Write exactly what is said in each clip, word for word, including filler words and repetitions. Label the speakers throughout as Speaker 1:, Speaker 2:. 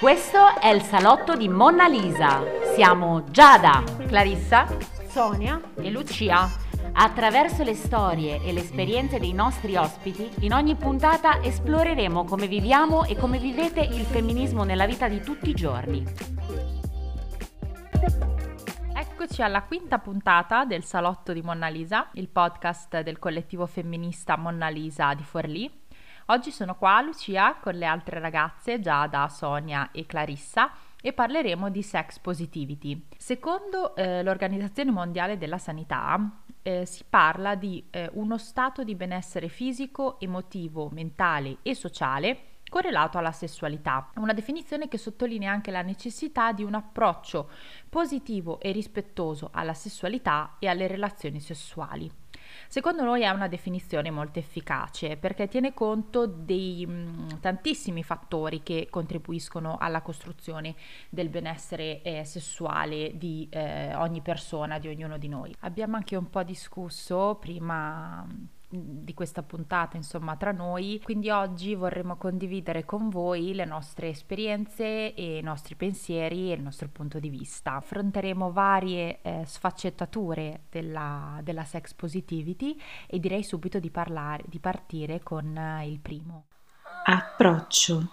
Speaker 1: Questo è il salotto di Monna Lisa. Siamo Giada,
Speaker 2: Clarissa,
Speaker 3: Sonia
Speaker 1: e Lucia. Attraverso le storie e le esperienze dei nostri ospiti, in ogni puntata esploreremo come viviamo e come vivete il femminismo nella vita di tutti i giorni.
Speaker 2: Eccoci alla quinta puntata del Salotto di Monna Lisa, il podcast del collettivo femminista Monna Lisa di Forlì. Oggi sono qua Lucia con le altre ragazze Giada, Sonia e Clarissa e parleremo di sex positivity. Secondo eh, l'Organizzazione Mondiale della Sanità eh, si parla di eh, uno stato di benessere fisico, emotivo, mentale e sociale correlato alla sessualità, una definizione che sottolinea anche la necessità di un approccio positivo e rispettoso alla sessualità e alle relazioni sessuali. Secondo noi è una definizione molto efficace perché tiene conto dei mh, tantissimi fattori che contribuiscono alla costruzione del benessere eh, sessuale di eh, ogni persona, di ognuno di noi. Abbiamo anche un po' discusso prima di questa puntata, insomma, tra noi, quindi oggi vorremmo condividere con voi le nostre esperienze e i nostri pensieri e il nostro punto di vista. Affronteremo varie eh, sfaccettature della, della sex positivity e direi subito di parlare, di partire con eh, il primo.
Speaker 3: Approccio.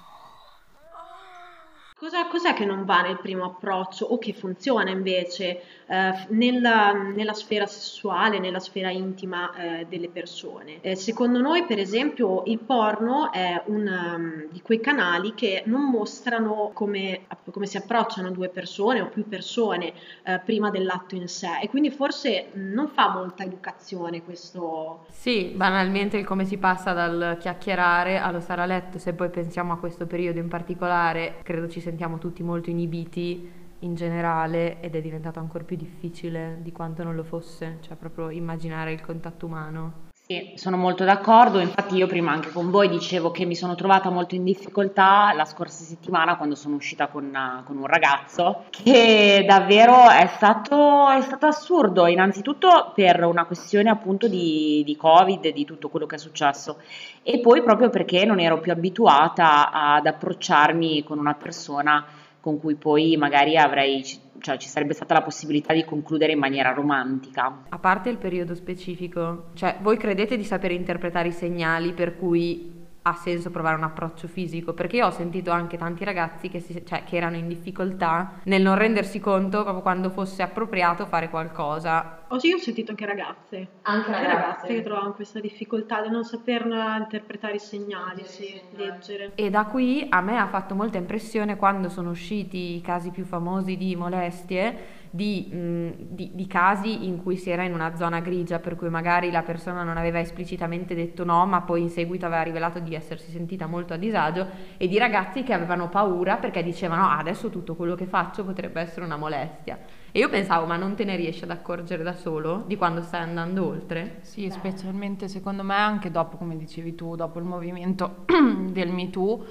Speaker 4: Cosa, cos'è che non va nel primo approccio o che funziona invece eh, nella, nella sfera sessuale, nella sfera intima eh, delle persone? Eh, secondo noi, per esempio, il porno è uno um, di quei canali che non mostrano come, come si approcciano due persone o più persone eh, prima dell'atto in sé, e quindi forse non fa molta educazione questo.
Speaker 5: Sì, banalmente il come si passa dal chiacchierare allo stare a letto. Se poi pensiamo a questo periodo in particolare, credo ci sentiamo tutti molto inibiti in generale ed è diventato ancora più difficile di quanto non lo fosse, cioè proprio immaginare il contatto umano.
Speaker 1: Sì, sono molto d'accordo, infatti io prima anche con voi dicevo che mi sono trovata molto in difficoltà la scorsa settimana quando sono uscita con, con un ragazzo, che davvero è stato, è stato assurdo, innanzitutto per una questione appunto di, di Covid e di tutto quello che è successo, e poi proprio perché non ero più abituata ad approcciarmi con una persona con cui poi magari avrei, cioè ci sarebbe stata la possibilità di concludere in maniera romantica.
Speaker 5: A parte il periodo specifico, cioè voi credete di sapere interpretare i segnali per cui ha senso provare un approccio fisico? Perché io ho sentito anche tanti ragazzi che, si, cioè, che erano in difficoltà nel non rendersi conto proprio quando fosse appropriato fare qualcosa.
Speaker 4: Oggi io ho sentito anche ragazze,
Speaker 5: Anche
Speaker 4: anche
Speaker 5: ragazze.
Speaker 4: ragazze che trovavano questa difficoltà di non saper interpretare i segnali, sì, leggere.
Speaker 5: E da qui a me ha fatto molta impressione quando sono usciti i casi più famosi di molestie, di, mh, di, di casi in cui si era in una zona grigia, per cui magari la persona non aveva esplicitamente detto no, ma poi in seguito aveva rivelato di essersi sentita molto a disagio, e di ragazzi che avevano paura perché dicevano ah, adesso tutto quello che faccio potrebbe essere una molestia. E io pensavo, ma non te ne riesci ad accorgere da solo di quando stai andando oltre?
Speaker 6: Sì, specialmente secondo me anche dopo, come dicevi tu, dopo il movimento del Me Too,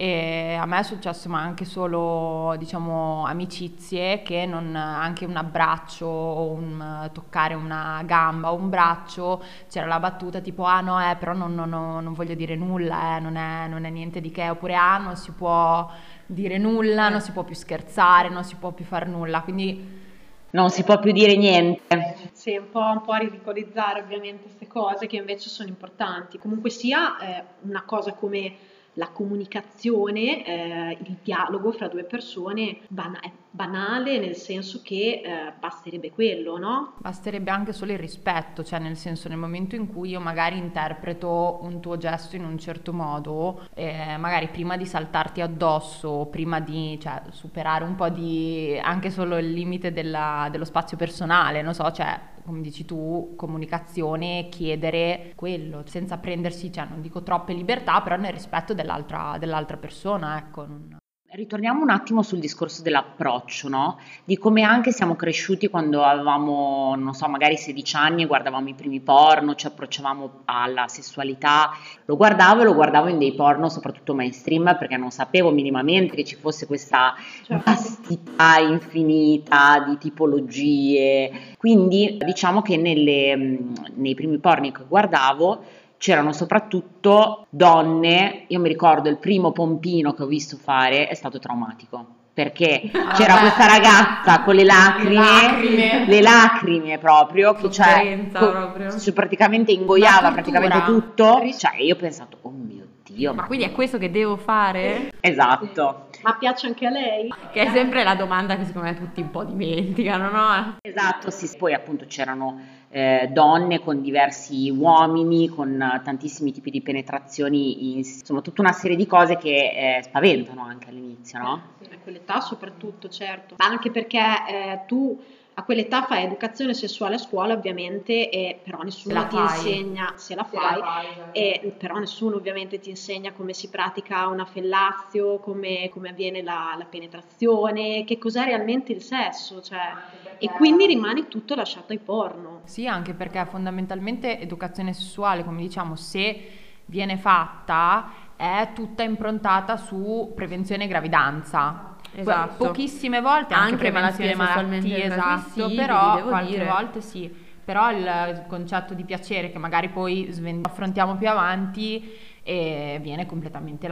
Speaker 6: e a me è successo, ma anche solo, diciamo, amicizie che non, anche un abbraccio o un toccare una gamba o un braccio, c'era la battuta tipo ah no, eh, però non, non, non voglio dire nulla, eh, non è, non è niente di che, oppure ah non si può dire nulla, non si può più scherzare, non si può più far nulla, quindi
Speaker 1: non si può più dire niente.
Speaker 4: Sì, un po', un po' a ridicolizzare ovviamente queste cose che invece sono importanti. Comunque sia eh, una cosa come la comunicazione, eh, il dialogo fra due persone bana- è banale, nel senso che eh, basterebbe quello, no?
Speaker 6: basterebbe anche solo il rispetto, cioè nel senso, nel momento in cui io magari interpreto un tuo gesto in un certo modo, eh, magari prima di saltarti addosso, prima di, cioè, superare un po' di anche solo il limite della, dello spazio personale, non so, cioè come dici tu, comunicazione, chiedere quello, senza prendersi, cioè non dico troppe libertà, però nel rispetto dell'altra, dell'altra persona, ecco. Non...
Speaker 1: Ritorniamo un attimo sul discorso dell'approccio, no? Di come anche siamo cresciuti quando avevamo, non so, magari sedici anni e guardavamo i primi porno, ci approcciavamo alla sessualità. Lo guardavo e lo guardavo in dei porno soprattutto mainstream, perché non sapevo minimamente che ci fosse questa vastità infinita di tipologie. Quindi diciamo che nelle, nei primi porni che guardavo c'erano soprattutto donne. Io mi ricordo il primo pompino che ho visto fare è stato traumatico, perché c'era questa ragazza con le lacrime,
Speaker 6: Le lacrime.
Speaker 1: le lacrime proprio, che cioè,
Speaker 5: Sofferenza
Speaker 1: co-
Speaker 5: proprio.
Speaker 1: cioè, praticamente ingoiava
Speaker 6: Una tortura.
Speaker 1: praticamente tutto, cioè io ho pensato, oh mio Dio,
Speaker 5: Ma quindi è questo che devo fare?
Speaker 1: esatto,
Speaker 4: Ma piace anche a lei?
Speaker 5: Che è sempre la domanda che secondo me tutti un po' dimenticano, no?
Speaker 1: esatto, sì, poi appunto c'erano eh, donne con diversi uomini, con eh, tantissimi tipi di penetrazioni, insomma tutta una serie di cose che eh, spaventano anche all'inizio, no?
Speaker 4: A quell'età soprattutto, certo. Ma anche perché eh, tu a quell'età fai educazione sessuale a scuola ovviamente, e però nessuno
Speaker 5: la
Speaker 4: ti
Speaker 5: fai.
Speaker 4: insegna, se la fai, e però nessuno ovviamente ti insegna come si pratica una fellatio, come, come avviene la, la penetrazione, che cos'è realmente il sesso, cioè, e quindi rimane tutto lasciato ai porno.
Speaker 6: Sì, anche perché fondamentalmente educazione sessuale, come diciamo, se viene fatta è tutta improntata su prevenzione e gravidanza.
Speaker 5: Esatto.
Speaker 6: Pochissime volte anche,
Speaker 5: Anche
Speaker 6: prevenzione
Speaker 5: malattie sessualmente
Speaker 6: malattie, esatto,
Speaker 5: trasmissibili,
Speaker 6: però
Speaker 5: devo
Speaker 6: qualche
Speaker 5: dire.
Speaker 6: volte sì. Però il concetto di piacere, che magari poi sven- affrontiamo più avanti, e viene completamente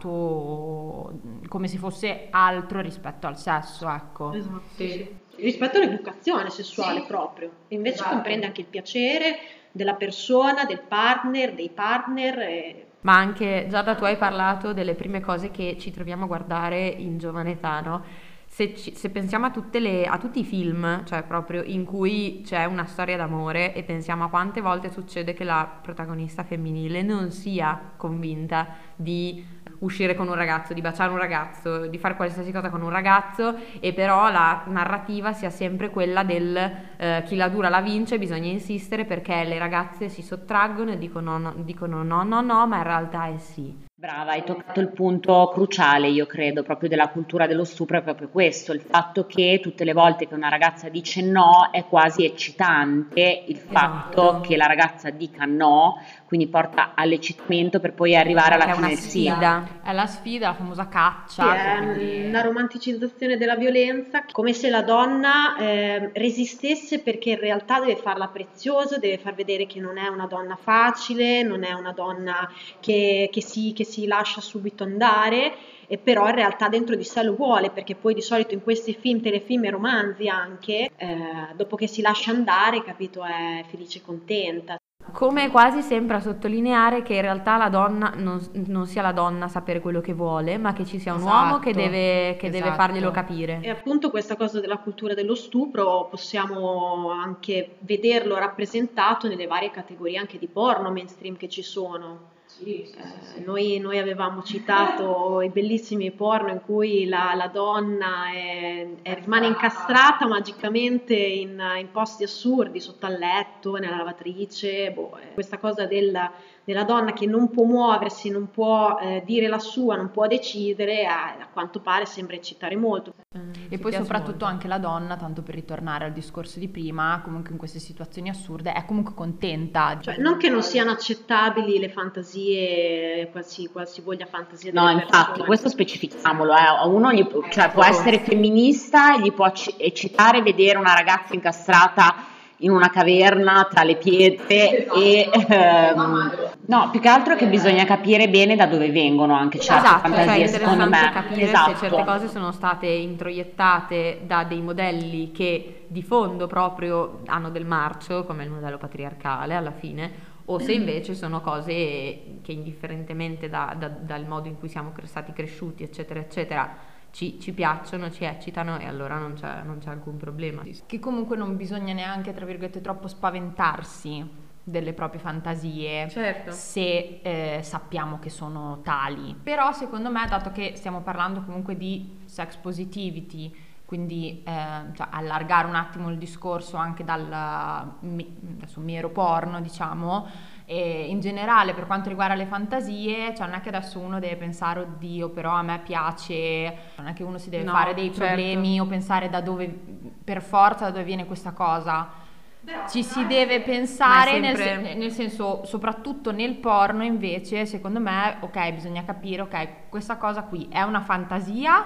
Speaker 6: lasciato come se fosse altro rispetto al sesso, ecco.
Speaker 4: Esatto, sì. Rispetto all'educazione sessuale proprio, invece comprende anche il piacere della persona, del partner, dei partner. E...
Speaker 5: Ma anche, Giada, tu hai parlato delle prime cose che ci troviamo a guardare in giovane età, no? Se, ci- se pensiamo a, tutte le, a tutti i film, cioè proprio in cui c'è una storia d'amore, e pensiamo a quante volte succede che la protagonista femminile non sia convinta di uscire con un ragazzo, di baciare un ragazzo, di fare qualsiasi cosa con un ragazzo, e però la narrativa sia sempre quella del eh, chi la dura la vince, bisogna insistere perché le ragazze si sottraggono e dicono no, dicono no, no, no, ma in realtà è sì.
Speaker 1: Brava, hai toccato il punto cruciale, io credo, proprio della cultura dello stupro, è proprio questo, il fatto che tutte le volte che una ragazza dice no è quasi eccitante il fatto
Speaker 5: Esatto.
Speaker 1: che la ragazza dica no, quindi porta all'eccitamento per poi arrivare alla
Speaker 5: Che è
Speaker 1: fine
Speaker 5: una
Speaker 1: del sì.
Speaker 5: sfida.
Speaker 6: È la sfida, la famosa
Speaker 4: Sì,
Speaker 6: caccia.
Speaker 4: è
Speaker 6: quindi-
Speaker 4: una romanticizzazione della violenza, come se la donna eh, resistesse, perché in realtà deve farla preziosa, deve far vedere che non è una donna facile, non è una donna che, che si, che si lascia subito andare, e però in realtà dentro di sé lo vuole, perché poi di solito in questi film, telefilm e romanzi anche, eh, dopo che si lascia andare, capito, è felice e contenta.
Speaker 5: Come quasi sempre a sottolineare che in realtà la donna non, non sia la donna a sapere quello che vuole, ma che ci sia un
Speaker 6: Esatto,
Speaker 5: uomo che deve, che deve
Speaker 6: esatto.
Speaker 5: farglielo capire.
Speaker 4: E appunto questa cosa della cultura dello stupro possiamo anche vederlo rappresentato nelle varie categorie anche di porno mainstream che ci sono. Eh, noi, noi avevamo citato i bellissimi porno in cui la, la donna è- è- rimane incastrata magicamente in, in posti assurdi, sotto al letto, nella lavatrice. Boh, eh, questa cosa della, della donna che non può muoversi, non può eh, dire la sua, non può decidere, a, a quanto pare sembra eccitare molto.
Speaker 6: E
Speaker 5: Ci
Speaker 6: poi
Speaker 5: piace
Speaker 6: soprattutto
Speaker 5: molto.
Speaker 6: anche la donna, tanto per ritornare al discorso di prima, comunque in queste situazioni assurde è comunque contenta.
Speaker 4: Cioè, non che non siano accettabili le fantasie, qualsi, qualsivoglia fantasia
Speaker 1: No,
Speaker 4: delle
Speaker 1: infatti,
Speaker 4: persone.
Speaker 1: questo specifichiamolo, eh. A uno gli può- cioè, può essere femminista e gli può ecc- eccitare vedere una ragazza incastrata in una caverna tra le pietre e ehm, no, più che altro è che bisogna capire bene da dove vengono anche certe
Speaker 5: Esatto, cioè è
Speaker 1: fantasie, secondo
Speaker 5: interessante
Speaker 1: me.
Speaker 5: capire
Speaker 1: Esatto.
Speaker 5: se certe cose sono state introiettate da dei modelli che di fondo proprio hanno del marcio, come il modello patriarcale alla fine, o se invece sono cose che indifferentemente da- da- dal modo in cui siamo cre- stati cresciuti, eccetera, eccetera, ci, ci piacciono, ci eccitano, e allora non c'è, non c'è alcun problema.
Speaker 6: Che comunque non bisogna neanche, tra virgolette, troppo spaventarsi delle proprie fantasie,
Speaker 5: Certo.
Speaker 6: se eh, sappiamo che sono tali. Però secondo me, dato che stiamo parlando comunque di sex positivity, quindi eh, cioè, allargare un attimo il discorso anche dal mi- adesso mero porno, diciamo, e in generale per quanto riguarda le fantasie, cioè non è che adesso uno deve pensare oddio però a me piace, non è che uno si deve
Speaker 5: No,
Speaker 6: fare dei
Speaker 5: certo.
Speaker 6: problemi o pensare da dove, per forza da dove viene questa cosa. Ci si deve pensare,
Speaker 5: Ma è
Speaker 6: nel,
Speaker 5: sempre-
Speaker 6: sen- nel senso, soprattutto nel porno invece, secondo me, ok, bisogna capire, ok, questa cosa qui è una fantasia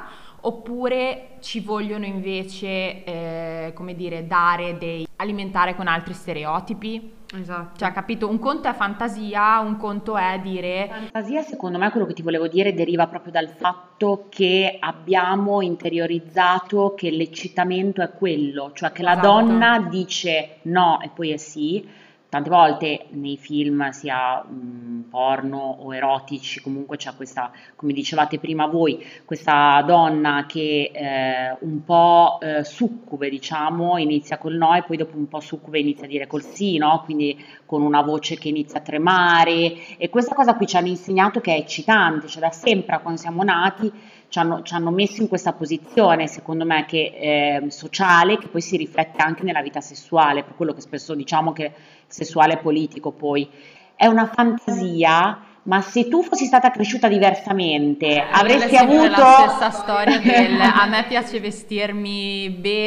Speaker 6: oppure ci vogliono invece, eh, come dire, dare dei, alimentare con altri stereotipi.
Speaker 5: Esatto.
Speaker 6: Cioè, capito? Un conto è fantasia, un conto è dire...
Speaker 1: Fantasia, secondo me, quello che ti volevo dire deriva proprio dal fatto che abbiamo interiorizzato che l'eccitamento è quello, cioè che la
Speaker 5: Esatto.
Speaker 1: donna dice no e poi è sì. Tante volte nei film, sia mh, porno o erotici, comunque c'è questa, come dicevate prima voi, questa donna che eh, un po' eh, succube, diciamo, inizia col no e poi dopo un po' succube inizia a dire col sì, no? Quindi con una voce che inizia a tremare, e questa cosa qui ci hanno insegnato che è eccitante, cioè da sempre quando siamo nati ci hanno, ci hanno messo in questa posizione, secondo me, che eh, sociale, che poi si riflette anche nella vita sessuale, per quello che spesso diciamo che sessuale e politico poi è una fantasia. Ma se tu fossi stata cresciuta diversamente, avresti
Speaker 6: È sempre
Speaker 1: avuto
Speaker 6: la stessa storia del a me piace vestirmi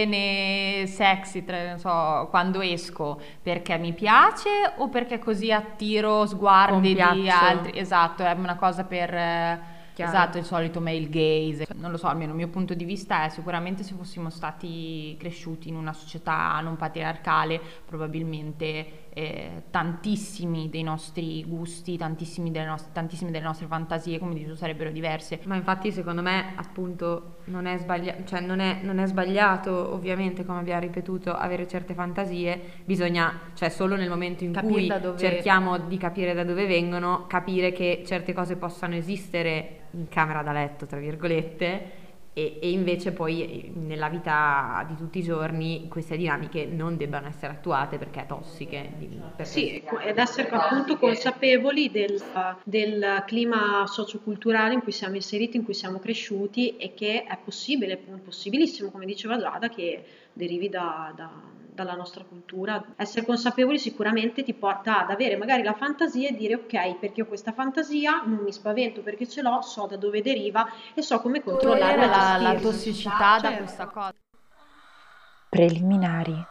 Speaker 6: bene, sexy, tra- non so, quando esco, perché mi piace o perché così attiro sguardi di
Speaker 5: Compiaccio.
Speaker 6: altri. Esatto, è una cosa per eh,
Speaker 5: Chiaro.
Speaker 6: esatto, il solito male gaze. Non lo so, almeno il mio punto di vista è sicuramente se fossimo stati cresciuti in una società non patriarcale, probabilmente eh, tantissimi dei nostri gusti, tantissimi delle nostre, tantissime delle nostre fantasie, come dici tu, sarebbero diverse.
Speaker 5: Ma infatti secondo me appunto non è sbagliato, cioè non è, non è sbagliato ovviamente, come abbiamo ripetuto, avere certe fantasie, bisogna, cioè solo nel momento in
Speaker 6: Capire
Speaker 5: cui
Speaker 6: da dove-
Speaker 5: cerchiamo di capire da dove vengono, capire che certe cose possano esistere in camera da letto, tra virgolette, e, e invece poi eh, nella vita di tutti i giorni queste dinamiche non debbano essere attuate perché è tossiche. di- perché-
Speaker 4: Sì, ed essere appunto consapevoli del, del clima socioculturale in cui siamo inseriti, in cui siamo cresciuti, e che è possibile, è possibilissimo, come diceva Giada, che derivi da- da- dalla nostra cultura. Essere consapevoli sicuramente ti porta ad avere magari la fantasia e dire ok, perché ho questa fantasia, non mi spavento perché ce l'ho, so da dove deriva e so come controllarla
Speaker 6: Togliere
Speaker 4: e
Speaker 6: la, la
Speaker 4: gestirla.
Speaker 6: tossicità da
Speaker 4: Certo.
Speaker 6: questa cosa.
Speaker 3: Preliminari.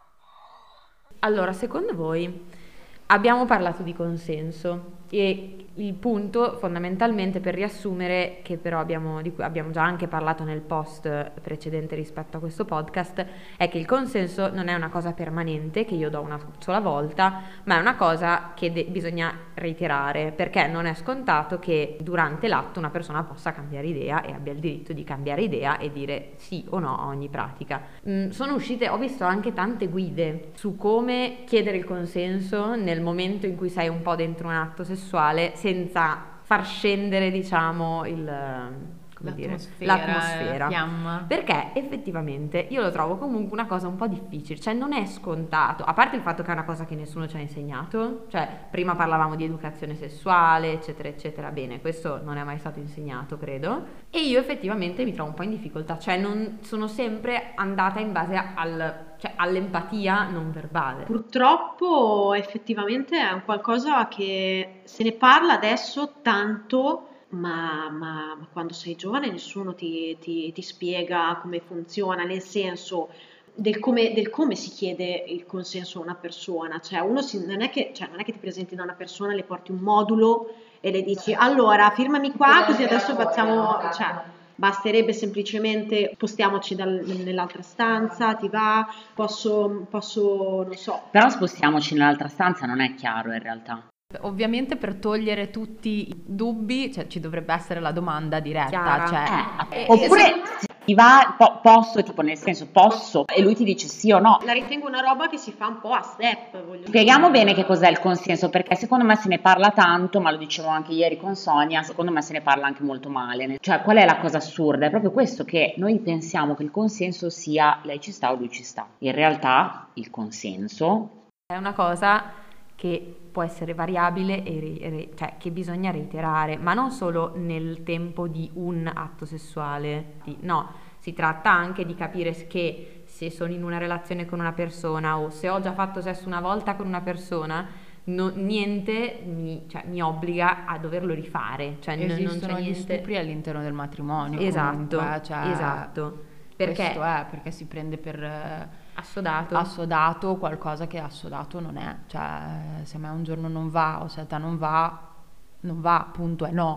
Speaker 5: Allora, secondo voi abbiamo parlato di consenso e il punto fondamentalmente, per riassumere, che però abbiamo, di cui abbiamo già anche parlato nel post precedente rispetto a questo podcast, è che il consenso non è una cosa permanente che io do una sola volta, ma è una cosa che de- bisogna reiterare, perché non è scontato che durante l'atto una persona possa cambiare idea e abbia il diritto di cambiare idea e dire sì o no a ogni pratica. Mm, sono uscite, ho visto anche tante guide su come chiedere il consenso nel momento in cui sei un po' dentro un atto sessuale senza far scendere, diciamo, il, come dire,
Speaker 6: L'atmosfera,
Speaker 5: l'atmosfera.
Speaker 6: la fiamma.
Speaker 5: Perché effettivamente io lo trovo comunque una cosa un po' difficile, cioè non è scontato, a parte il fatto che è una cosa che nessuno ci ha insegnato, cioè prima parlavamo di educazione sessuale, eccetera, eccetera, bene, questo non è mai stato insegnato, credo, e io effettivamente mi trovo un po' in difficoltà, cioè non sono sempre andata in base al, cioè, all'empatia non verbale.
Speaker 4: Purtroppo effettivamente è un qualcosa che se ne parla adesso tanto, ma, ma- ma quando sei giovane nessuno ti, ti- ti spiega come funziona, nel senso del come, del come si chiede il consenso a una persona. Cioè uno si- non è che, cioè, non è che ti presenti da una persona, le porti un modulo e le dici allora firmami qua così adesso facciamo... Cioè, basterebbe semplicemente spostiamoci dal- nell'altra stanza, ti va, posso, posso, non so,
Speaker 1: Però spostiamoci nell'altra stanza, non è chiaro in realtà.
Speaker 6: Ovviamente per togliere tutti i dubbi, cioè, ci dovrebbe essere la domanda diretta,
Speaker 5: Chiara.
Speaker 6: cioè,
Speaker 1: Eh,
Speaker 6: e-
Speaker 1: oppure
Speaker 6: e-
Speaker 1: se ti va, po- posso, tipo nel senso posso, e lui ti dice sì o no.
Speaker 4: la ritengo una roba che si fa un po' a step, voglio
Speaker 1: Spieghiamo
Speaker 4: dire.
Speaker 1: bene che cos'è il consenso, perché secondo me se ne parla tanto, ma lo dicevo anche ieri con Sonia, secondo me se ne parla anche molto male. Cioè, qual è la cosa assurda? È proprio questo, che noi pensiamo che il consenso sia lei ci sta o lui ci sta. In realtà il consenso
Speaker 5: È una cosa che può essere variabile e re- re- cioè che bisogna reiterare, ma non solo nel tempo di un atto sessuale. Di- no, si tratta anche di capire s- che se sono in una relazione con una persona o se ho già fatto sesso una volta con una persona, no- niente mi, cioè, mi obbliga a doverlo rifare. Cioè, n- non
Speaker 6: esistono
Speaker 5: c'è
Speaker 6: gli
Speaker 5: niente...
Speaker 6: stupri all'interno del matrimonio.
Speaker 5: Esatto,
Speaker 6: comunque, cioè,
Speaker 5: esatto. Perché
Speaker 6: Questo è perché si prende per eh,
Speaker 5: assodato.
Speaker 6: assodato qualcosa che assodato non è. Cioè, se a me un giorno non va o se a te non va, non va, punto, è no.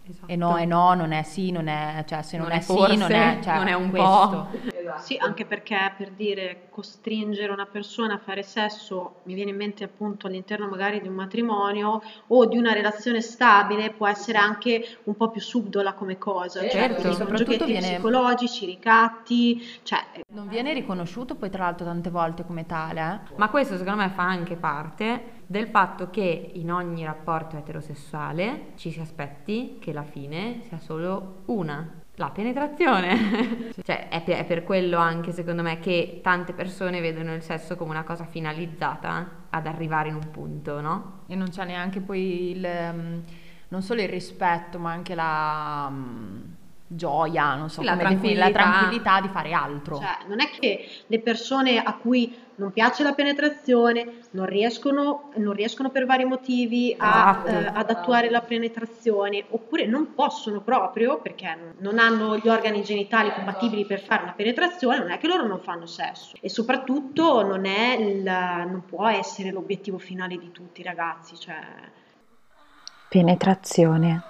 Speaker 5: Esatto.
Speaker 6: E no, e no, non è sì, non è, cioè se non,
Speaker 5: Non
Speaker 6: è,
Speaker 5: è
Speaker 6: sì,
Speaker 5: forse,
Speaker 6: non è, cioè,
Speaker 5: non è un
Speaker 6: questo.
Speaker 5: po'.
Speaker 4: Sì, anche perché per dire costringere una persona a fare sesso, mi viene in mente appunto all'interno magari di un matrimonio o di una relazione stabile, può essere anche un po' più subdola come cosa, cioè
Speaker 5: Certo.
Speaker 4: perché sono
Speaker 6: Soprattutto
Speaker 4: giochetti
Speaker 6: viene-
Speaker 4: psicologici, ricatti, cioè
Speaker 6: Non viene riconosciuto poi tra l'altro tante volte come tale, eh?
Speaker 5: Ma questo secondo me fa anche parte del fatto che in ogni rapporto eterosessuale ci si aspetti che la fine sia solo una, la penetrazione. Cioè è per, è per quello anche secondo me che tante persone vedono il sesso come una cosa finalizzata ad arrivare in un punto, no?
Speaker 6: E non c'è neanche poi il, mm, non solo il rispetto, ma anche la mm, gioia, non so
Speaker 5: Sì, la
Speaker 6: come definire, la
Speaker 5: tranquillità.
Speaker 6: tranquillità di fare altro.
Speaker 4: Cioè, non è che le persone a cui non piace la penetrazione non riescono, non riescono per vari motivi a,
Speaker 5: Esatto.
Speaker 4: eh, ad attuare la penetrazione, oppure non possono proprio perché non hanno gli organi genitali compatibili per fare una penetrazione, non è che loro non fanno sesso. E soprattutto non è il, non può essere l'obiettivo finale di tutti i ragazzi, cioè...
Speaker 3: Penetrazione.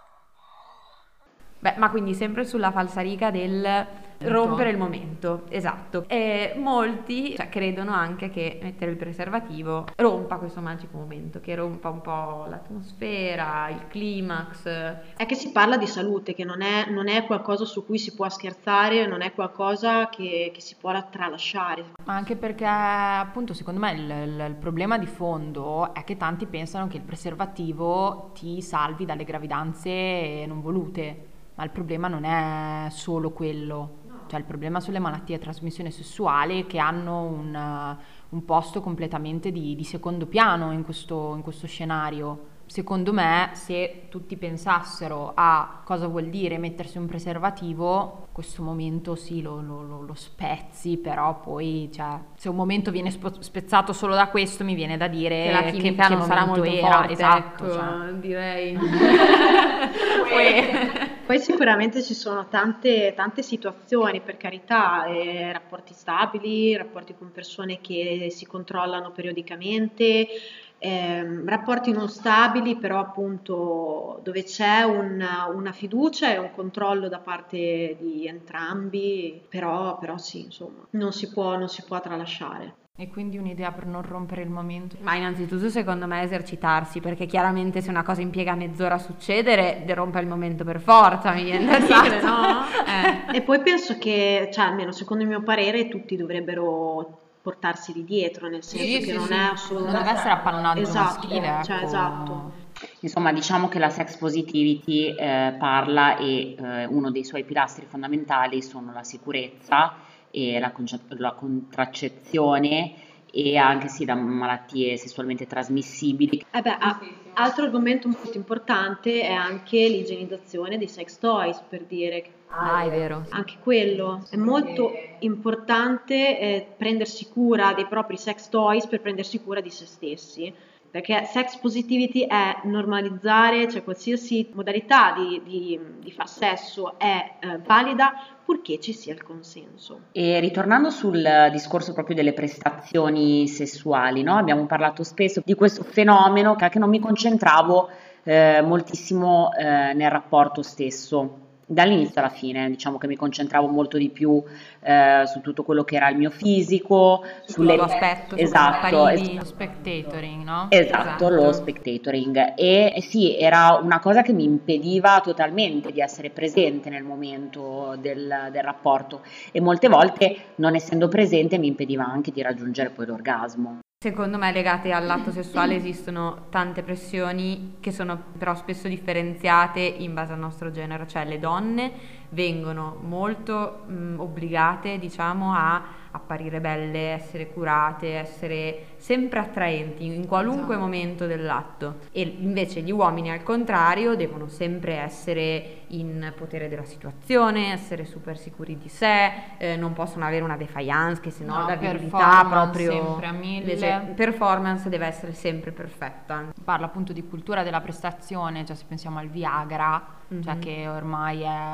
Speaker 5: Beh, ma quindi sempre sulla falsariga del rompere il momento, esatto. E molti cioè, credono anche che mettere il preservativo rompa questo magico momento, che rompa un po' l'atmosfera, il climax.
Speaker 4: È che si parla di salute, che non è, non è qualcosa su cui si può scherzare, non è qualcosa che, che si può tralasciare.
Speaker 6: Ma anche perché appunto secondo me il, il- il problema di fondo è che tanti pensano che il preservativo ti salvi dalle gravidanze non volute, ma il problema non è solo quello, cioè il problema sono le malattie a trasmissione sessuale che hanno un, uh, un posto completamente di, di secondo piano in questo, in questo scenario. Secondo me, se tutti pensassero a cosa vuol dire mettersi un preservativo, questo momento sì lo, lo- lo- lo spezzi, però poi, cioè, se un momento viene spo- spezzato solo da questo, mi viene da dire
Speaker 5: Che la
Speaker 6: che,
Speaker 5: chimica
Speaker 6: che
Speaker 5: non sarà
Speaker 6: momento
Speaker 5: molto
Speaker 6: era,
Speaker 5: forte,
Speaker 6: esatto,
Speaker 5: ecco,
Speaker 6: cioè.
Speaker 5: direi.
Speaker 4: Poi sicuramente ci sono tante, tante situazioni, per carità, eh, rapporti stabili, rapporti con persone che si controllano periodicamente, ehm, rapporti non stabili, però appunto dove c'è una, una fiducia e un controllo da parte di entrambi, però, però sì, insomma, non si può, non si può tralasciare.
Speaker 6: E quindi un'idea per non rompere il momento.
Speaker 5: Ma innanzitutto secondo me esercitarsi, perché chiaramente se una cosa impiega mezz'ora a succedere, rompe il momento per forza, mi viene da dire, no? Eh.
Speaker 4: E poi penso che, cioè almeno secondo il mio parere, tutti dovrebbero portarseli dietro, nel senso
Speaker 6: Sì,
Speaker 4: che
Speaker 6: sì,
Speaker 4: non
Speaker 6: sì.
Speaker 4: è
Speaker 6: Non
Speaker 4: assolutamente...
Speaker 6: deve essere appannaggio
Speaker 4: Esatto,
Speaker 6: maschile,
Speaker 4: cioè,
Speaker 6: ecco.
Speaker 4: esatto.
Speaker 1: Insomma, diciamo che la sex positivity eh, parla e eh, uno dei suoi pilastri fondamentali sono la sicurezza e la, conce- la contraccezione e anche sì da malattie sessualmente trasmissibili.
Speaker 4: Eh beh, a- altro argomento molto importante è anche l'igienizzazione dei sex toys, per dire.
Speaker 5: Ah, è vero.
Speaker 4: Anche quello è molto importante, eh, prendersi cura dei propri sex toys per prendersi cura di se stessi. Perché sex positivity è normalizzare, cioè qualsiasi modalità di, di, di far sesso è eh, valida purché ci sia il consenso.
Speaker 1: E ritornando sul discorso proprio delle prestazioni sessuali, no? Abbiamo parlato spesso di questo fenomeno che anche non mi concentravo eh, moltissimo eh, nel rapporto stesso. Dall'inizio alla fine, diciamo che mi concentravo molto di più eh, su tutto quello che era il mio fisico, sulle
Speaker 5: tuo aspetto, su
Speaker 1: esatto,
Speaker 5: come apparivi.
Speaker 1: es-
Speaker 6: Lo spectatoring, no?
Speaker 1: Esatto,
Speaker 5: Esatto.
Speaker 1: lo spectatoring e e sì, era una cosa che mi impediva totalmente di essere presente nel momento del, del rapporto e molte volte non essendo presente mi impediva anche di raggiungere poi l'orgasmo.
Speaker 5: Secondo me legate all'atto sessuale esistono tante pressioni che sono però spesso differenziate in base al nostro genere, cioè le donne vengono molto mh, obbligate, diciamo, a apparire belle, essere curate, essere sempre attraenti in qualunque
Speaker 6: Esatto.
Speaker 5: momento dell'atto e invece gli uomini al contrario devono sempre essere in potere della situazione, essere super sicuri di sé, eh, non possono avere una defiance che se no
Speaker 6: No,
Speaker 5: la virilità
Speaker 6: performance
Speaker 5: proprio
Speaker 6: sempre a mille.
Speaker 5: invece performance deve essere sempre perfetta.
Speaker 6: Parla appunto di cultura della prestazione, cioè se pensiamo al Viagra, cioè
Speaker 5: Mhm.
Speaker 6: che ormai è in cima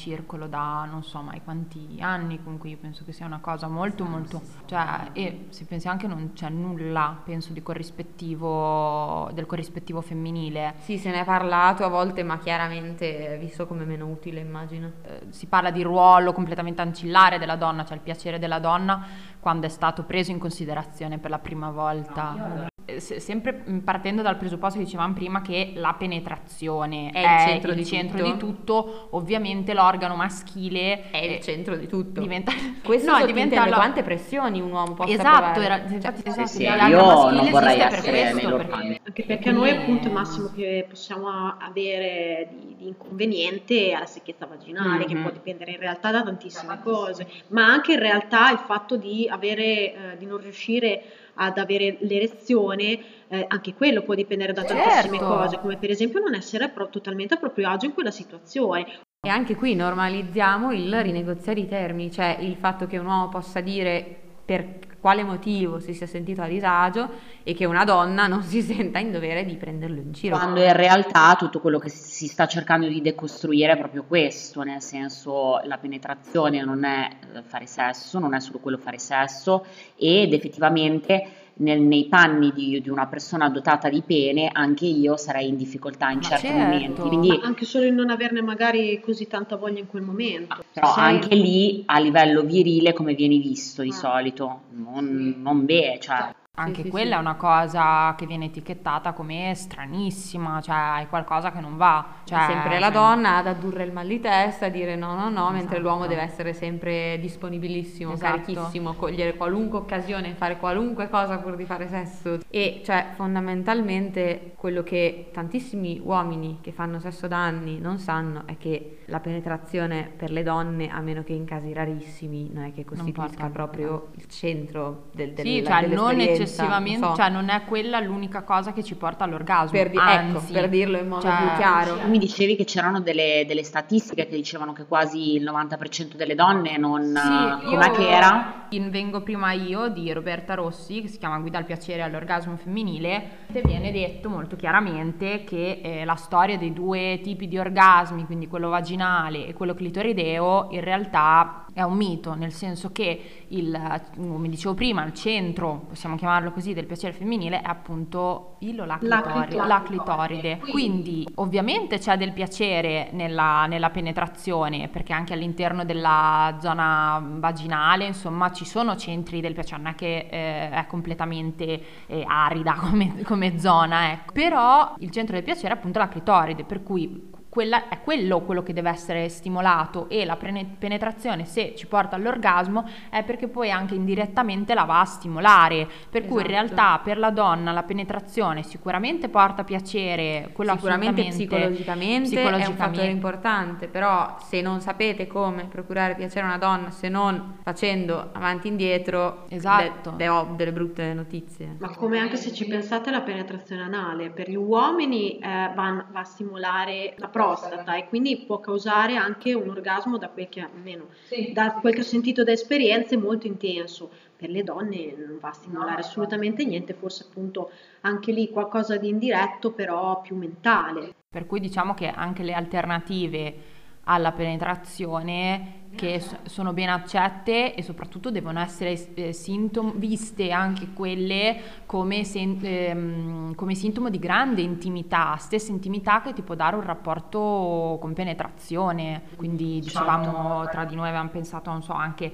Speaker 6: circolo da non so mai quanti anni, comunque io penso che sia una cosa molto molto, cioè, e se pensi anche non c'è nulla, penso, di corrispettivo, del corrispettivo femminile.
Speaker 5: Sì, se ne è parlato a volte, ma chiaramente è visto come meno utile, immagino.
Speaker 6: Eh, si parla di ruolo completamente ancillare della donna, cioè il piacere della donna quando è stato preso in considerazione per la prima volta. Se- sempre partendo dal presupposto che dicevamo prima che la penetrazione
Speaker 5: È
Speaker 6: è,
Speaker 5: il centro
Speaker 6: il
Speaker 5: di
Speaker 6: centro
Speaker 5: tutto.
Speaker 6: di tutto, ovviamente l'organo maschile
Speaker 5: È il
Speaker 6: eh,
Speaker 5: centro di tutto.
Speaker 6: diventa
Speaker 5: Questo
Speaker 6: no,
Speaker 5: sottintende
Speaker 6: diventa la-
Speaker 5: quante pressioni un uomo possa
Speaker 6: esatto,
Speaker 5: provare.
Speaker 6: era,
Speaker 5: Cioè,
Speaker 6: infatti,
Speaker 1: Sì,
Speaker 6: esatto,
Speaker 1: sì,
Speaker 6: l'organo
Speaker 1: io
Speaker 6: maschile
Speaker 1: non vorrei
Speaker 6: esiste per
Speaker 1: essere nei
Speaker 6: questo,
Speaker 1: loro
Speaker 6: perché-
Speaker 1: panni.
Speaker 4: Anche perché noi appunto il massimo che possiamo avere di, di inconveniente è la secchezza vaginale, che
Speaker 1: Mhm.
Speaker 4: può dipendere in realtà da tantissime cose, ma anche in realtà il fatto di avere, eh, di non riuscire ad avere l'erezione, eh, anche quello può dipendere da tantissime
Speaker 6: Certo.
Speaker 4: cose, come per esempio non essere pro- totalmente a proprio agio in quella situazione.
Speaker 5: E anche qui normalizziamo il rinegoziare i termini, cioè il fatto che un uomo possa dire per quale motivo si sia sentito a disagio e che una donna non si senta in dovere di prenderlo in giro.
Speaker 1: Quando in realtà tutto quello che si sta cercando di decostruire è proprio questo, nel senso la penetrazione non è eh, fare sesso, non è solo quello fare sesso ed effettivamente nel- nei panni di, di una persona dotata di pene anche io sarei in difficoltà in
Speaker 6: Ma
Speaker 1: certi
Speaker 6: certo.
Speaker 1: momenti, quindi
Speaker 4: Ma anche solo il non averne magari così tanta voglia in quel momento.
Speaker 1: però
Speaker 4: Sei-
Speaker 1: anche lì a livello virile come vieni visto di
Speaker 4: Ah.
Speaker 1: solito, non, non bene, cioè
Speaker 6: Anche
Speaker 5: sì,
Speaker 6: quella
Speaker 5: sì.
Speaker 6: è una cosa che viene etichettata come stranissima, cioè hai qualcosa che non va. Cioè,
Speaker 5: sempre la donna ad addurre il mal di testa, a dire no, no, no, mentre
Speaker 6: Esatto.
Speaker 5: l'uomo deve essere sempre disponibilissimo,
Speaker 6: Esatto.
Speaker 5: carichissimo, cogliere qualunque occasione, fare qualunque cosa pur di fare sesso. E cioè fondamentalmente quello che tantissimi uomini che fanno sesso da anni non sanno è che la penetrazione per le donne, a meno che in casi rarissimi, non è che costituisca
Speaker 6: porta-
Speaker 5: proprio il centro del, del,
Speaker 6: sì, cioè non
Speaker 5: dell'esperienza,
Speaker 6: eccessivamente,
Speaker 5: non so.
Speaker 6: cioè non è quella l'unica cosa che ci porta all'orgasmo.
Speaker 5: Per di-
Speaker 6: anzi,
Speaker 5: ecco, per dirlo in modo
Speaker 6: cioè,
Speaker 5: più chiaro.
Speaker 1: tu mi dicevi che c'erano delle, delle statistiche che dicevano che quasi il novanta per cento delle donne non...
Speaker 6: Sì,
Speaker 1: com'è
Speaker 6: io-
Speaker 1: che era?
Speaker 6: in Vengo prima io di Roberta Rossi, che si chiama Guida al piacere e all'orgasmo femminile, e viene detto molto chiaramente che eh, la storia dei due tipi di orgasmi, quindi quello vaginale e quello clitorideo, in realtà è un mito, nel senso che il, come dicevo prima, il centro, possiamo chiamarlo così, del piacere femminile è appunto il o la
Speaker 4: La
Speaker 6: clitoride.
Speaker 4: clitoride.
Speaker 6: La clitoride. Quindi ovviamente c'è del piacere nella, nella penetrazione, perché anche all'interno della zona vaginale, insomma, ci sono centri del piacere, non è che eh, è completamente eh, arida come, come zona, ecco. Però il centro del piacere è appunto la clitoride, per cui quella, è quello quello che deve essere stimolato, e la prene- penetrazione, se ci porta all'orgasmo, è perché poi anche indirettamente la va a stimolare, per cui in
Speaker 5: Esatto.
Speaker 6: realtà per la donna la penetrazione sicuramente porta piacere, quello
Speaker 5: Sicuramente
Speaker 6: assolutamente,
Speaker 5: psicologicamente, è un
Speaker 6: psicologicamente.
Speaker 5: fattore importante, però se non sapete come procurare piacere a una donna, se non facendo avanti e indietro,
Speaker 6: Esatto.
Speaker 5: de- de- ho delle brutte notizie.
Speaker 4: Ma come anche se ci pensate la penetrazione anale, per gli uomini eh, va, va a stimolare la prostata e quindi può causare anche un orgasmo, da quel che almeno da quel che ho sentito da esperienze, molto intenso. Per le donne non va a stimolare assolutamente niente, forse appunto anche lì qualcosa di indiretto, però più mentale.
Speaker 6: Per cui diciamo che anche le alternative alla penetrazione, che s- sono ben accette e soprattutto devono essere eh, sintom- viste anche quelle come, sen- ehm, come sintomo di grande intimità, stessa intimità che ti può dare un rapporto con penetrazione. Quindi dicevamo, tra di noi avevamo pensato, non so, anche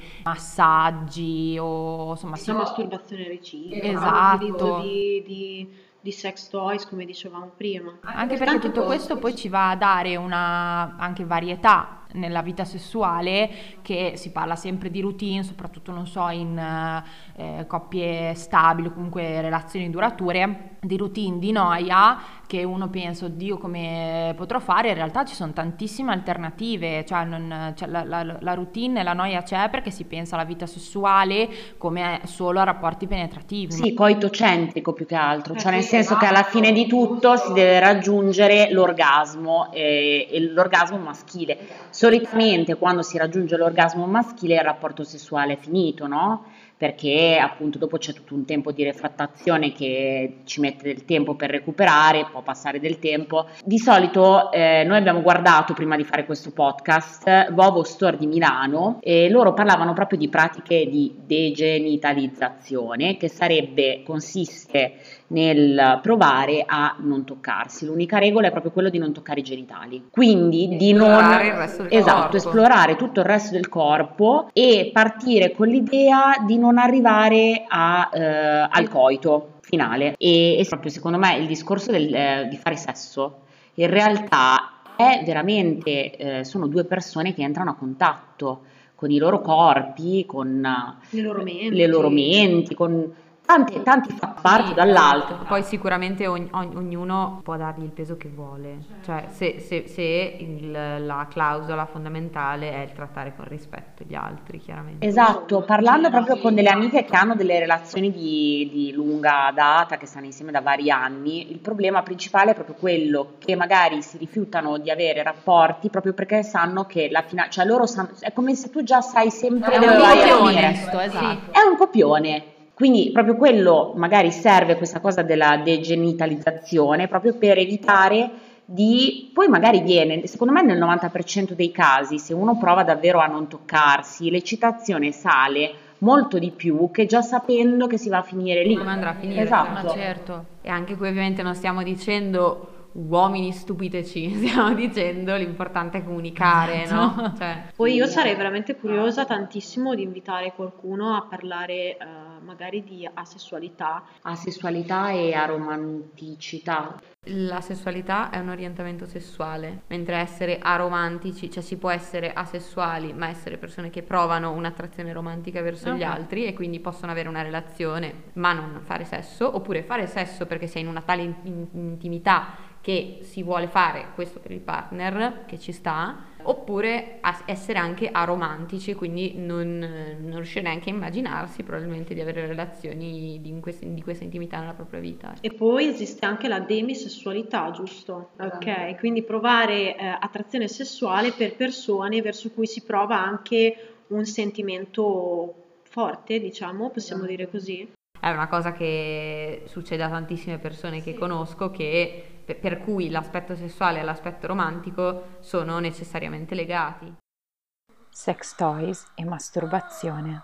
Speaker 6: massaggi o insomma
Speaker 4: La masturbazione reciproca,
Speaker 6: Esatto.
Speaker 4: l'utilizzo di, di, di sex toys, come dicevamo prima.
Speaker 6: Anche perché tutto questo poi ci va a dare una anche varietà nella vita sessuale, che si parla sempre di routine, soprattutto non so in eh, coppie stabili o comunque relazioni durature, di routine di noia, che uno pensa oddio come potrò fare, in realtà ci sono tantissime alternative, cioè, non, cioè la, la, la routine e la noia c'è perché si pensa alla vita sessuale come solo a rapporti penetrativi.
Speaker 1: Sì, coitocentrico più che altro,
Speaker 4: Eh
Speaker 1: cioè nel
Speaker 4: sì,
Speaker 1: senso che alla fine di tutto si deve raggiungere l'orgasmo e, e l'orgasmo maschile. Solitamente quando si raggiunge l'orgasmo maschile il rapporto sessuale è finito, no? perché appunto dopo c'è tutto un tempo di refrattazione che ci mette del tempo per recuperare, può passare del tempo. Di solito eh, noi abbiamo guardato prima di fare questo podcast Vovo Store di Milano e loro parlavano proprio di pratiche di degenitalizzazione, che sarebbe, consiste nel provare a non toccarsi. L'unica regola è proprio quello di non toccare i genitali, quindi di non
Speaker 5: Esplorare il resto del
Speaker 1: esatto,
Speaker 5: corpo.
Speaker 1: esplorare tutto il resto del corpo e partire con l'idea di non arrivare a, eh, al coito finale. E, e proprio secondo me il discorso del, eh, di fare sesso in realtà è veramente, eh, sono due persone che entrano a contatto con i loro corpi, con
Speaker 4: Le loro menti.
Speaker 1: le loro menti, con tanti, tanti fa parte dall'altro.
Speaker 5: Poi sicuramente ogni- ogni- ognuno può dargli il peso che vuole, cioè se, se- se il- la clausola fondamentale è il trattare con rispetto gli altri, chiaramente.
Speaker 1: Esatto, parlando proprio con delle amiche che hanno delle relazioni di, di lunga data, che stanno insieme da vari anni, il problema principale è proprio quello che magari si rifiutano di avere rapporti proprio perché sanno che la fine, cioè loro sanno, è come se tu già sai sempre
Speaker 6: È
Speaker 1: dove
Speaker 6: un
Speaker 1: vai a
Speaker 6: copione,
Speaker 1: finire.
Speaker 6: sto, esatto.
Speaker 1: È un copione. Quindi proprio quello magari serve questa cosa della degenitalizzazione proprio per evitare di, poi magari viene, secondo me nel novanta per cento dei casi, se uno prova davvero a non toccarsi, l'eccitazione sale molto di più che già sapendo che si va a finire lì.
Speaker 5: Come andrà a finire,
Speaker 1: Esatto.
Speaker 6: Ma certo.
Speaker 5: E anche qui ovviamente non stiamo dicendo uomini stupiteci, stiamo dicendo l'importante è comunicare, no? Cioè,
Speaker 4: Poi io sarei veramente curiosa tantissimo di invitare qualcuno a parlare eh, magari di asessualità.
Speaker 1: Asessualità e aromanticità.
Speaker 5: la sessualità è un orientamento sessuale, mentre essere aromantici, cioè si può essere asessuali ma essere persone che provano un'attrazione romantica verso gli
Speaker 1: Ok.
Speaker 5: altri e quindi possono avere una relazione ma non fare sesso, oppure fare sesso perché si è in una tale in- in- intimità che si vuole fare questo per il partner, che ci sta, oppure as- essere anche aromantici, quindi non, non riuscire neanche a immaginarsi probabilmente di avere relazioni di, in queste- di questa intimità nella propria vita.
Speaker 4: E poi esiste anche la demisessualità, giusto? Ok, quindi provare eh, attrazione sessuale per persone verso cui si prova anche un sentimento forte, diciamo, possiamo dire così.
Speaker 5: È una cosa che succede a tantissime persone che conosco, che, per, per cui l'aspetto sessuale e l'aspetto romantico sono necessariamente legati.
Speaker 3: Sex toys e masturbazione.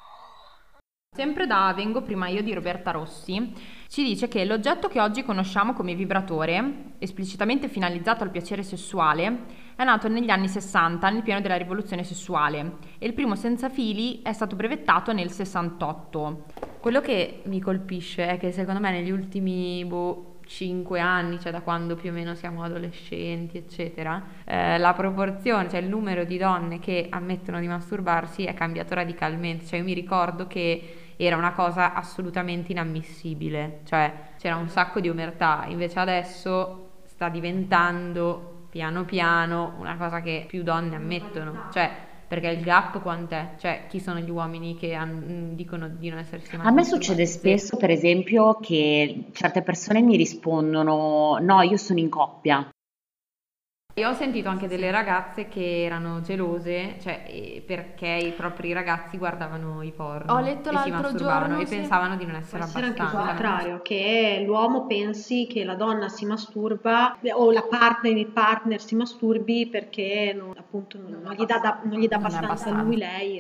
Speaker 2: Sempre da Vengo prima io di Roberta Rossi, ci dice che l'oggetto che oggi conosciamo come vibratore, esplicitamente finalizzato al piacere sessuale, è nato negli anni sessanta, nel pieno della rivoluzione sessuale, e il primo senza fili è stato brevettato nel sessantotto.
Speaker 5: Quello che mi colpisce è che secondo me negli ultimi boh, cinque anni, cioè da quando più o meno siamo adolescenti, eccetera, eh, la proporzione, cioè il numero di donne che ammettono di masturbarsi è cambiato radicalmente. Cioè io mi ricordo che era una cosa assolutamente inammissibile, cioè c'era un sacco di omertà, invece adesso sta diventando piano piano una cosa che più donne ammettono, cioè perché il gap quant'è? Cioè chi sono gli uomini che han- dicono di non essersi
Speaker 1: A me
Speaker 5: masturbati?
Speaker 1: succede spesso, per esempio, che certe persone mi rispondono: no, io sono in coppia.
Speaker 5: Io ho sentito anche delle ragazze che erano gelose, cioè eh, perché i propri ragazzi guardavano i porno
Speaker 6: Ho letto
Speaker 5: e si
Speaker 6: l'altro
Speaker 5: masturbavano
Speaker 6: giorno,
Speaker 5: e
Speaker 6: sì.
Speaker 5: pensavano di non
Speaker 4: Può
Speaker 5: essere
Speaker 4: essere anche il
Speaker 5: abbastanza.
Speaker 4: contrario, che l'uomo pensi che la donna si masturba o la partner, il partner si masturbi perché non, appunto non, non gli dà, da- non gli dà
Speaker 6: Non è
Speaker 4: abbastanza
Speaker 6: abbastanza.
Speaker 4: lui, lei.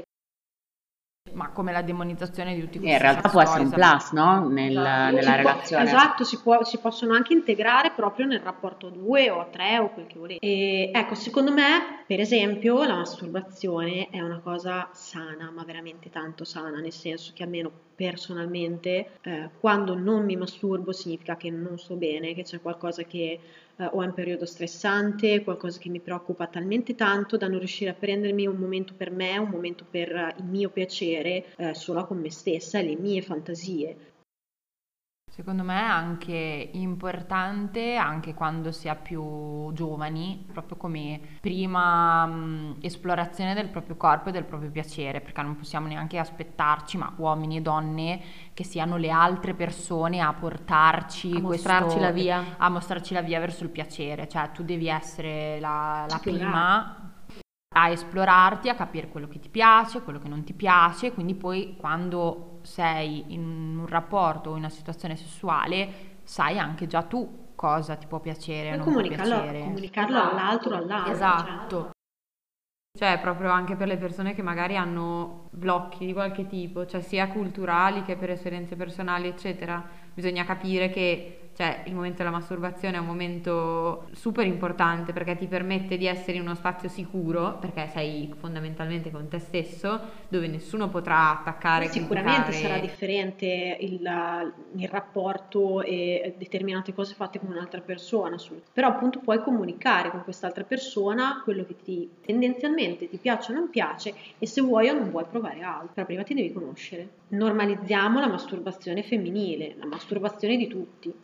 Speaker 6: Ma come la demonizzazione di tutti
Speaker 1: E
Speaker 6: questi
Speaker 1: in realtà
Speaker 6: sex
Speaker 1: può essere un
Speaker 6: toys.
Speaker 1: plus, no? Nel- nella
Speaker 4: Si può-
Speaker 1: relazione.
Speaker 4: Esatto, si, può- si possono anche integrare proprio nel rapporto a due o a tre o quel che volete. E ecco, secondo me, per esempio, la masturbazione è una cosa sana, ma veramente tanto sana, nel senso che almeno personalmente, eh, quando non mi masturbo significa che non sto bene, che c'è qualcosa che eh, o è un periodo stressante, qualcosa che mi preoccupa talmente tanto da non riuscire a prendermi un momento per me, un momento per eh, il mio piacere, eh, sola con me stessa e le mie fantasie.
Speaker 6: Secondo me è anche importante, anche quando si è più giovani, proprio come prima mh, esplorazione del proprio corpo e del proprio piacere, perché non possiamo neanche aspettarci, ma uomini e donne, che siano le altre persone a portarci
Speaker 5: A
Speaker 6: questo-
Speaker 5: mostrarci la via.
Speaker 6: a mostrarci la via verso il piacere, cioè tu devi essere la, la
Speaker 4: Esplorare.
Speaker 6: prima. a esplorarti, a capire quello che ti piace, quello che non ti piace, quindi poi quando sei in un rapporto o in una situazione sessuale sai anche già tu cosa ti può piacere o non può
Speaker 4: comunicarlo,
Speaker 6: piacere.
Speaker 4: comunicarlo all'altro, all'altro.
Speaker 6: Esatto.
Speaker 5: Cioè, proprio anche per le persone che magari hanno blocchi di qualche tipo, cioè sia culturali che per esperienze personali, eccetera, bisogna capire che cioè, il momento della masturbazione è un momento super importante perché ti permette di essere in uno spazio sicuro, perché sei fondamentalmente con te stesso, dove nessuno potrà attaccare,
Speaker 4: Sicuramente
Speaker 5: criticare.
Speaker 4: sarà differente il, il rapporto e determinate cose fatte con un'altra persona, su- però appunto puoi comunicare con quest'altra persona quello che ti tendenzialmente ti piace o non piace e se vuoi o non vuoi provare altro, però prima ti devi conoscere. Normalizziamo la masturbazione femminile, la masturbazione di tutti.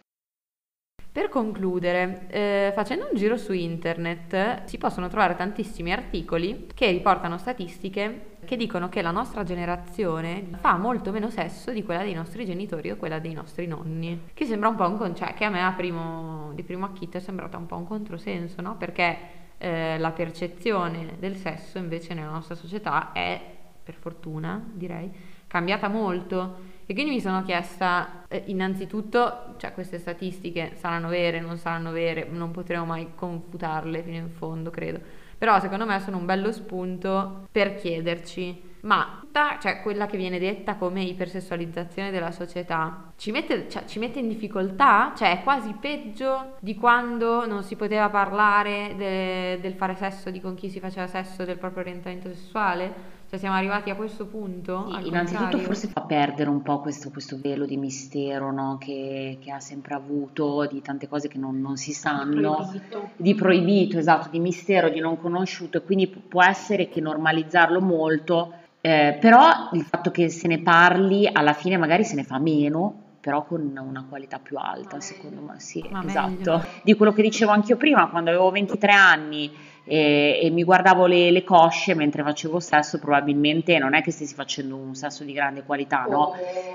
Speaker 5: Per concludere, eh, facendo un giro su internet si possono trovare tantissimi articoli che riportano statistiche che dicono che la nostra generazione fa molto meno sesso di quella dei nostri genitori o quella dei nostri nonni, che sembra un po' un concetto, che a me a primo, di primo acchito è sembrata un po' un controsenso, no? Perché eh, la percezione del sesso invece nella nostra società è, per fortuna direi, cambiata molto. E quindi mi sono chiesta, eh, innanzitutto, cioè queste statistiche saranno vere, non saranno vere, non potremo mai confutarle fino in fondo, credo. Però secondo me sono un bello spunto per chiederci, ma tutta, cioè, quella che viene detta come ipersessualizzazione della società ci mette, cioè, ci mette in difficoltà? Cioè è quasi peggio di quando non si poteva parlare de- del fare sesso, di con chi si faceva sesso, del proprio orientamento sessuale? Cioè siamo arrivati a questo punto?
Speaker 1: Sì,
Speaker 5: al
Speaker 1: innanzitutto
Speaker 5: contrario?
Speaker 1: forse fa perdere un po' questo, questo velo di mistero, no? che, che ha sempre avuto, di tante cose che non, non si sanno,
Speaker 4: Proibito.
Speaker 1: di proibito, esatto, di mistero, di non conosciuto, e quindi pu- può essere che normalizzarlo molto, eh, però il fatto che se ne parli alla fine magari se ne fa meno, però con una qualità più alta, secondo me, sì,
Speaker 5: Ma
Speaker 1: esatto.
Speaker 5: meglio.
Speaker 1: Di quello che dicevo anch'io prima, quando avevo ventitré anni e, e mi guardavo le, le cosce mentre facevo sesso, probabilmente non è che stessi facendo un sesso di grande qualità, no?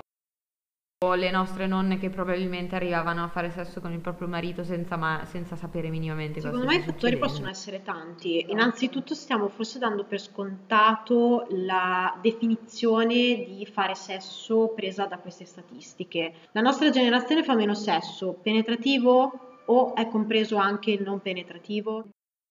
Speaker 5: O le nostre nonne che probabilmente arrivavano a fare sesso con il proprio marito senza, ma- senza sapere minimamente cosa
Speaker 4: Secondo me i
Speaker 5: stesse
Speaker 4: fattori
Speaker 5: succedendo.
Speaker 4: possono essere tanti. Innanzitutto stiamo forse dando per scontato la definizione di fare sesso presa da queste statistiche. La nostra generazione fa meno sesso, penetrativo o è compreso anche il non penetrativo?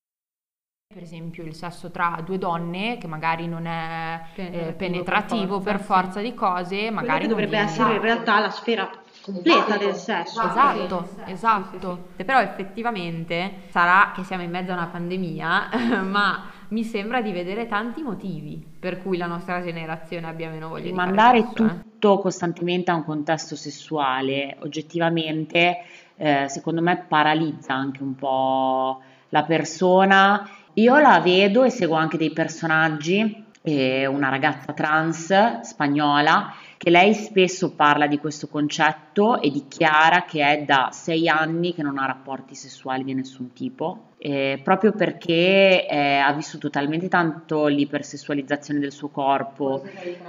Speaker 6: Per esempio il sesso tra due donne che magari non è
Speaker 5: Penetrativo
Speaker 6: eh, penetrativo
Speaker 5: per
Speaker 6: per
Speaker 5: forza,
Speaker 6: forza di cose,
Speaker 4: Quello
Speaker 6: magari
Speaker 4: che
Speaker 6: non
Speaker 4: dovrebbe
Speaker 6: viene
Speaker 4: essere in
Speaker 6: dato.
Speaker 4: realtà la sfera completa del sesso.
Speaker 6: Esatto, esatto.
Speaker 5: Sì, però effettivamente sarà che siamo in mezzo a una pandemia, ma mi sembra di vedere tanti motivi per cui la nostra generazione abbia meno voglia di fare
Speaker 1: Rimandare
Speaker 5: sesso, eh.
Speaker 1: tutto costantemente a un contesto sessuale, oggettivamente, eh, secondo me paralizza anche un po' la persona. Io la vedo e seguo anche dei personaggi, eh, una ragazza trans spagnola, che lei spesso parla di questo concetto e dichiara che è da sei anni che non ha rapporti sessuali di nessun tipo, eh, proprio perché eh, ha vissuto talmente tanto l'ipersessualizzazione del suo corpo,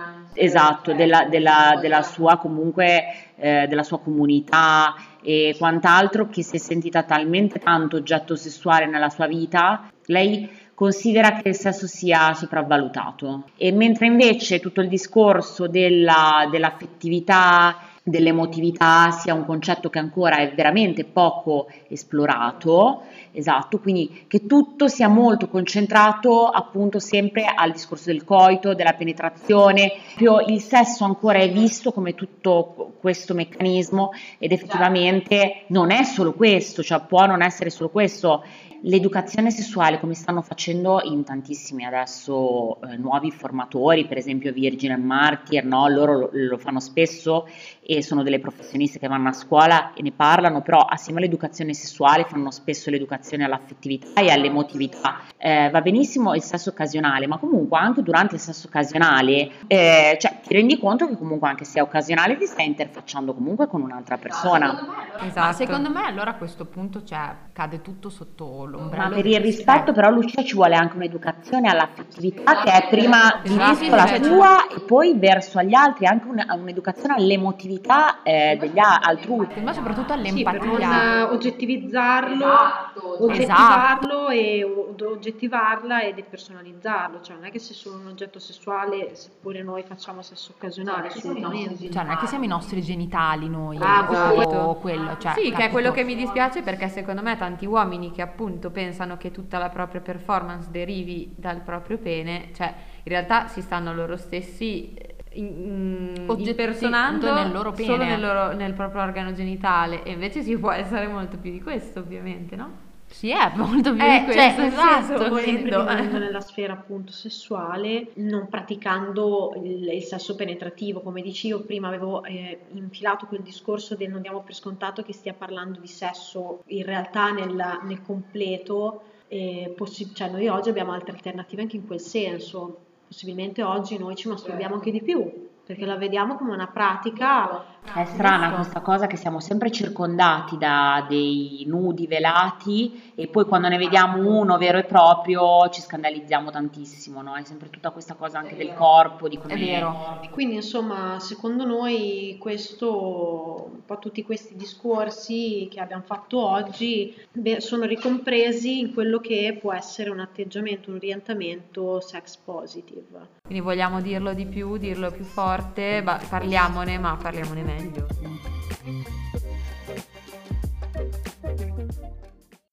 Speaker 1: esatto, della, della, della sua comunque, eh, della sua comunità e quant'altro, che si è sentita talmente tanto oggetto sessuale nella sua vita. Lei considera che il sesso sia sopravvalutato, e mentre invece tutto il discorso della, dell'affettività, dell'emotività sia un concetto che ancora è veramente poco esplorato, esatto, quindi che tutto sia molto concentrato appunto sempre al discorso del coito, della penetrazione. Proprio il sesso ancora è visto come tutto questo meccanismo, ed effettivamente non è solo questo, cioè può non essere solo questo. L'educazione sessuale, come stanno facendo in tantissimi adesso eh, nuovi formatori, per esempio Virgin and Martyr, no? Loro lo, lo fanno spesso e sono delle professioniste che vanno a scuola e ne parlano, però assieme all'educazione sessuale fanno spesso l'educazione all'affettività e all'emotività. Eh, va benissimo il sesso occasionale, ma comunque anche durante il sesso occasionale, eh, cioè ti rendi conto che comunque anche se è occasionale ti stai interfacciando comunque con un'altra persona.
Speaker 5: Esatto.
Speaker 6: Ma secondo me allora a questo punto cioè, cade tutto sotto l'ombrello
Speaker 1: Ma per
Speaker 6: del
Speaker 1: il rispetto però, Lucia, ci vuole anche un'educazione all'affettività che è prima di
Speaker 6: Esatto,
Speaker 1: tutto la
Speaker 6: cioè,
Speaker 1: tua e poi verso gli altri, anche un- un'educazione all'emotività, sensibilità eh, degli a- altrui.
Speaker 6: Ma soprattutto
Speaker 4: Sì, per non
Speaker 6: all'empatia.
Speaker 4: eh, oggettivizzarlo,
Speaker 5: Esatto,
Speaker 4: oggettivarlo e o- oggettivarla e depersonalizzarlo, cioè non è che se sono un oggetto sessuale, seppure noi facciamo sesso occasionale, assolutamente.
Speaker 6: Cioè, non è che siamo i nostri genitali noi,
Speaker 4: Ah,
Speaker 6: o
Speaker 5: esatto.
Speaker 6: quello, cioè,
Speaker 5: Sì, che è
Speaker 6: capito?
Speaker 5: quello che mi dispiace, perché secondo me tanti uomini che appunto pensano che tutta la propria performance derivi dal proprio pene, cioè in realtà si stanno loro stessi eh, in- in-
Speaker 6: Oggetti-
Speaker 5: impersonando
Speaker 6: nel loro pene.
Speaker 5: solo nel, loro- nel proprio organo genitale, e invece si può essere molto più di questo, ovviamente, no?
Speaker 6: Sì, è molto più
Speaker 5: Eh,
Speaker 6: di questo,
Speaker 5: cioè, nel
Speaker 6: esatto.
Speaker 5: senso,
Speaker 4: Sempre
Speaker 5: volendo,
Speaker 4: rimanendo
Speaker 5: eh.
Speaker 4: nella sfera appunto sessuale, non praticando il, il sesso penetrativo, come dici io prima avevo eh, infilato quel discorso del non diamo per scontato che stia parlando di sesso in realtà nel, nel completo, eh, possi- cioè noi oggi abbiamo altre alternative anche in quel senso, possibilmente oggi noi ci masturbiamo anche di più, perché la vediamo come una pratica.
Speaker 1: È strana questa cosa che siamo sempre circondati da dei nudi velati e poi quando ne vediamo uno vero e proprio ci scandalizziamo tantissimo, no? È sempre tutta questa cosa anche del corpo, di come...
Speaker 6: È vero.
Speaker 4: E quindi insomma secondo noi questo, un po' tutti questi discorsi che abbiamo fatto oggi beh, sono ricompresi in quello che può essere un atteggiamento, un orientamento sex positive.
Speaker 5: Quindi vogliamo dirlo di più, dirlo più forte, ba- parliamone, ma parliamone meglio.